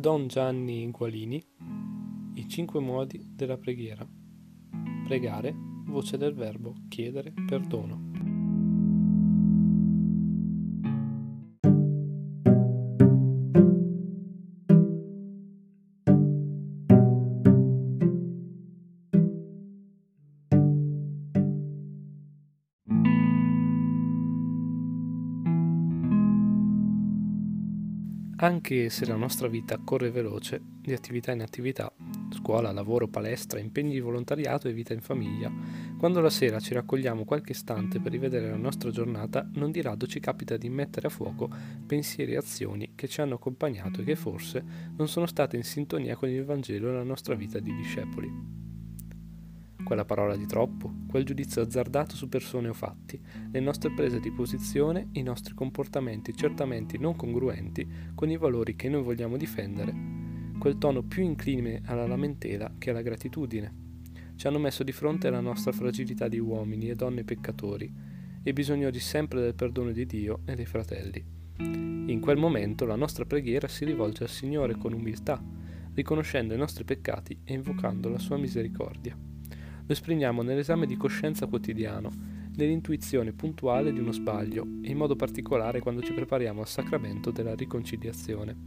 Don Gianni Gualini, I 5 modi della preghiera. Pregare, voce del verbo chiedere perdono. Anche se la nostra vita corre veloce, di attività in attività, scuola, lavoro, palestra, impegni di volontariato e vita in famiglia, quando la sera ci raccogliamo qualche istante per rivedere la nostra giornata, non di rado ci capita di mettere a fuoco pensieri e azioni che ci hanno accompagnato e che forse non sono state in sintonia con il Vangelo e la nostra vita di discepoli. Quella parola di troppo, quel giudizio azzardato su persone o fatti, le nostre prese di posizione, i nostri comportamenti certamente non congruenti con i valori che noi vogliamo difendere, quel tono più incline alla lamentela che alla gratitudine, ci hanno messo di fronte alla nostra fragilità di uomini e donne peccatori e bisognosi sempre del perdono di Dio e dei fratelli. In quel momento la nostra preghiera si rivolge al Signore con umiltà, riconoscendo i nostri peccati e invocando la sua misericordia. Lo esprimiamo nell'esame di coscienza quotidiano, nell'intuizione puntuale di uno sbaglio e in modo particolare quando ci prepariamo al sacramento della riconciliazione.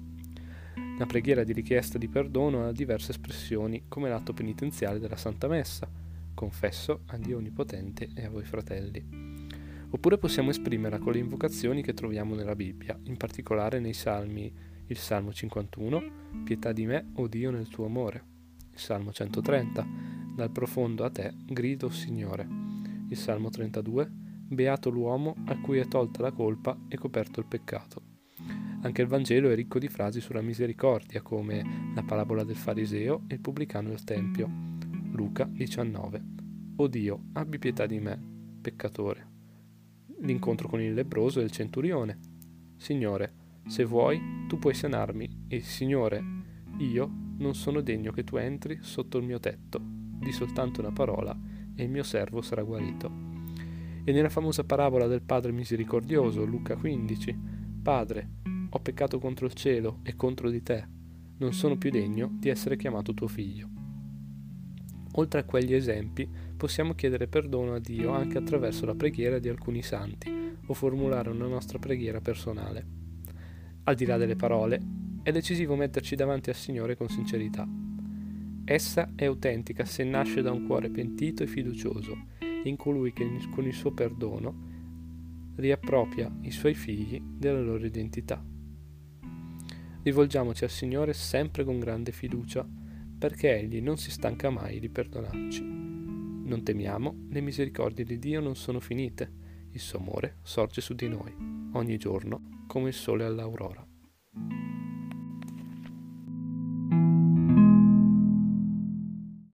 La preghiera di richiesta di perdono ha diverse espressioni come l'atto penitenziale della Santa Messa, confesso a Dio Onnipotente e a voi fratelli. Oppure possiamo esprimerla con le invocazioni che troviamo nella Bibbia, in particolare nei Salmi, il Salmo 51, pietà di me, o Dio nel tuo amore, il Salmo 130, dal profondo a te grido Signore, il Salmo 32, beato l'uomo a cui è tolta la colpa e coperto il peccato. Anche il Vangelo è ricco di frasi sulla misericordia, come la parabola del fariseo e il pubblicano del Tempio, Luca 19. O Dio, abbi pietà di me, peccatore. L'incontro con il lebbroso e il centurione. Signore, se vuoi, tu puoi sanarmi, e Signore, io non sono degno che tu entri sotto il mio tetto. Di soltanto una parola e il mio servo sarà guarito. E nella famosa parabola del Padre misericordioso, Luca 15, Padre, ho peccato contro il cielo e contro di te, non sono più degno di essere chiamato tuo figlio. Oltre a quegli esempi, possiamo chiedere perdono a Dio anche attraverso la preghiera di alcuni santi o formulare una nostra preghiera personale. Al di là delle parole, è decisivo metterci davanti al Signore con sincerità. Essa è autentica se nasce da un cuore pentito e fiducioso, in colui che con il suo perdono riappropria i suoi figli della loro identità. Rivolgiamoci al Signore sempre con grande fiducia, perché Egli non si stanca mai di perdonarci. Non temiamo, le misericordie di Dio non sono finite, il suo amore sorge su di noi, ogni giorno come il sole all'aurora.